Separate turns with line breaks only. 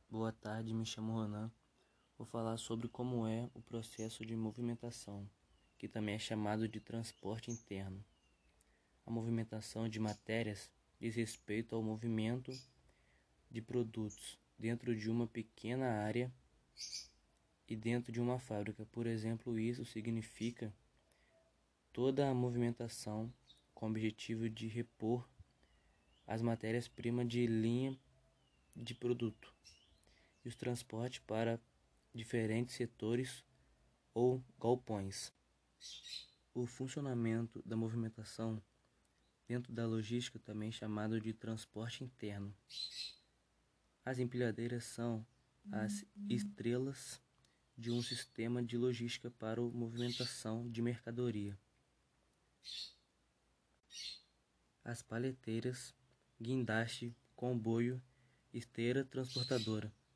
Boa tarde, me chamo Ronan. Vou falar sobre como é o processo de movimentação, que também é chamado de transporte interno. A movimentação de matérias diz respeito ao movimento de produtos dentro de uma pequena área e dentro de uma fábrica. Por exemplo, isso significa toda a movimentação com o objetivo de repor as matérias-primas de linha de produto e os transportes para diferentes setores ou galpões. O funcionamento da movimentação dentro da logística também é chamado de transporte interno. As empilhadeiras são as estrelas de um sistema de logística para a movimentação de mercadoria. As paleteiras, guindaste, comboio, esteira transportadora